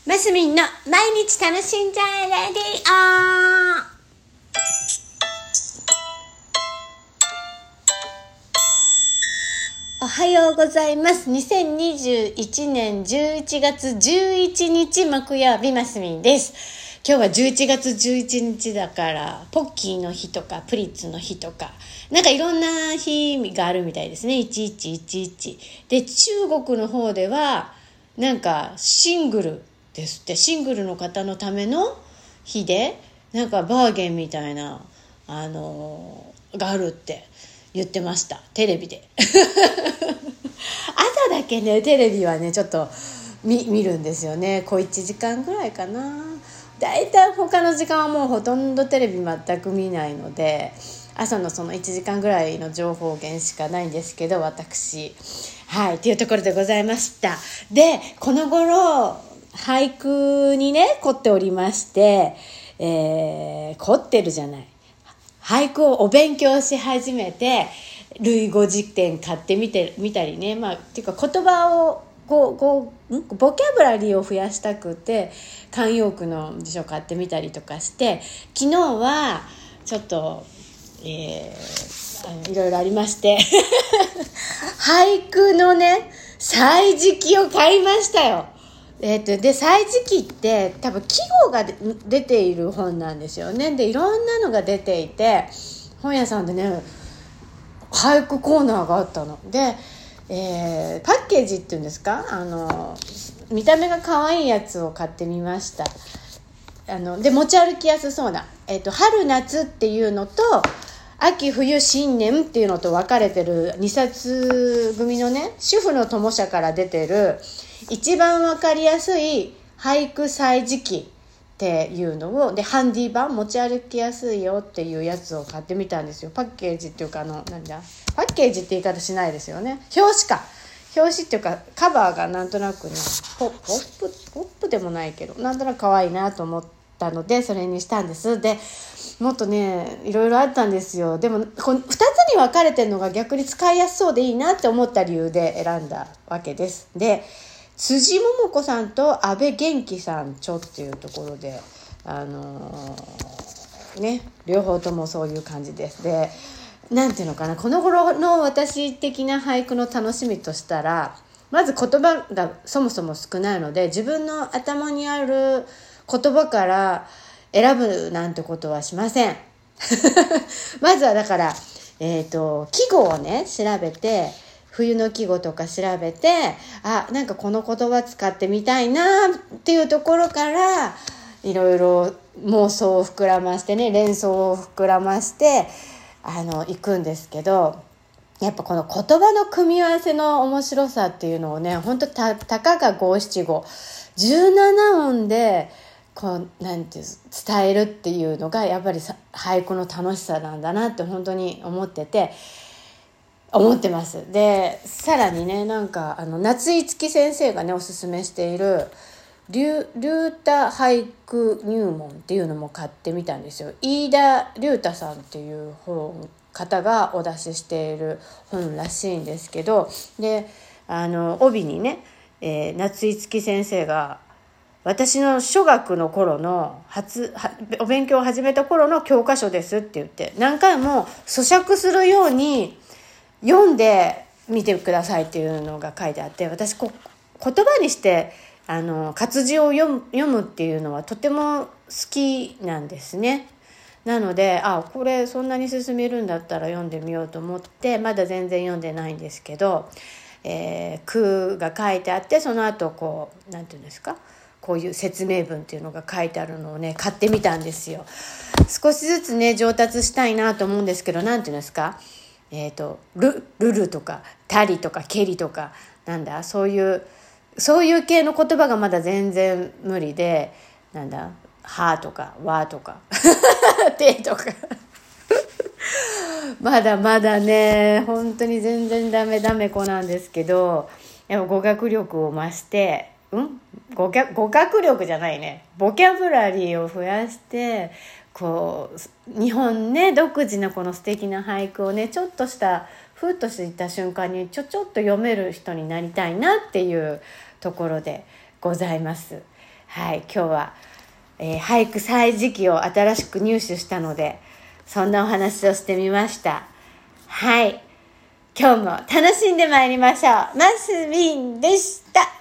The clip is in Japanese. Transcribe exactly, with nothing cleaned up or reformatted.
マスミンの毎日楽しんじゃえレディオ。おはようございます。にせんにじゅういちねんじゅういちがつじゅういちにち木曜日、マスミンです。今日はじゅういちがつじゅういちにちだからポッキーの日とかプリッツの日とかなんかいろんな日があるみたいですね。いちいちいちいちで、中国の方ではなんかシングルですって、シングルの方のための日でなんかバーゲンみたいなあのー、があるって言ってました、テレビで朝だけねテレビはねちょっと 見, 見るんですよね。小いちじかんぐらいかな。だいたい他の時間はもうほとんどテレビ全く見ないので、朝のそのいちじかんぐらいの情報源しかないんですけど、私はいっていうところでございました。で、この頃俳句にね凝っておりまして、えー、凝ってるじゃない俳句をお勉強し始めて、類語辞典買ってみてみたりね、まあっていうか言葉をこうこうんボキャブラリーを増やしたくて慣用句の辞書買ってみたりとかして、昨日はちょっと、えー、いろいろありまして俳句のね歳時記を買いましたよ。えー、とで歳時記って多分季語が出ている本なんですよね。でいろんなのが出ていて、本屋さんでね俳句コーナーがあったので、えー、パッケージっていうんですか、あの見た目が可愛いやつを買ってみました。あので持ち歩きやすそうな、えー、と春夏っていうのと秋冬新年っていうのと分かれてるにさつ組のね、主婦の友社から出てる一番分かりやすい俳句歳時記っていうのをでハンディ版持ち歩きやすいよっていうやつを買ってみたんですよ。パッケージっていうかあのなんだパッケージって言い方しないですよね。表紙か表紙っていうかカバーがなんとなくねポップポップでもないけどなんとなく可愛いなと思ったのでそれにしたんです。でもっとねいろいろあったんですよ。でもこのふたつに分かれてるのが逆に使いやすそうでいいなって思った理由で選んだわけです。で辻桃子さんと安倍元気さん著っていうところであのー、ね両方ともそういう感じです。でなんていうのかな、この頃の私的な俳句の楽しみとしたら、まず言葉がそもそも少ないので自分の頭にある言葉から選ぶなんてことはしませんまずはだから、えーと、季語をね調べて冬の季語とか調べて、あなんかこの言葉使ってみたいなっていうところからいろいろ妄想を膨らましてね連想を膨らましてあの行くんですけど、やっぱこの言葉の組み合わせの面白さっていうのをね本当たたかが五七五じゅうなな音でこうなんていう伝えるっていうのがやっぱり俳句の楽しさなんだなって本当に思ってて思ってます。でさらにねなんかあの夏井月先生がねおすすめしている龍太俳句入門っていうのも買ってみたんですよ。飯田龍太さんっていう本方がお出ししている本らしいんですけど、であの帯にね、えー、夏井月先生が私の初学の頃の初お勉強を始めた頃の教科書ですって言って何回も咀嚼するように読んでみてくださいっていうのが書いてあって、私こ言葉にしてあの活字を読む、読むっていうのはとても好きなんですね。なのであこれそんなに進めるんだったら読んでみようと思ってまだ全然読んでないんですけど、えー、句が書いてあってその後こうなんていうんですかこういう説明文っていうのが書いてあるのをね買ってみたんですよ。少しずつね上達したいなと思うんですけど、なんていうんですかえーと、ル, ルルとかタリとかケリとかなんだそういうそういう系の言葉がまだ全然無理で、なんだはとかわとかてとかまだまだね本当に全然ダメダメ子なんですけど、やっぱ語学力を増してん語学、語学力じゃないねボキャブラリーを増やしてこう日本ね独自のこの素敵な俳句をねちょっとしたふっとした瞬間にちょちょっと読める人になりたいなっていうところでございます。 はい、今日は、えー、俳句歳時記を新しく入手したので、そんなお話をしてみました。はい、今日も楽しんでまいりましょう。マスミンでした。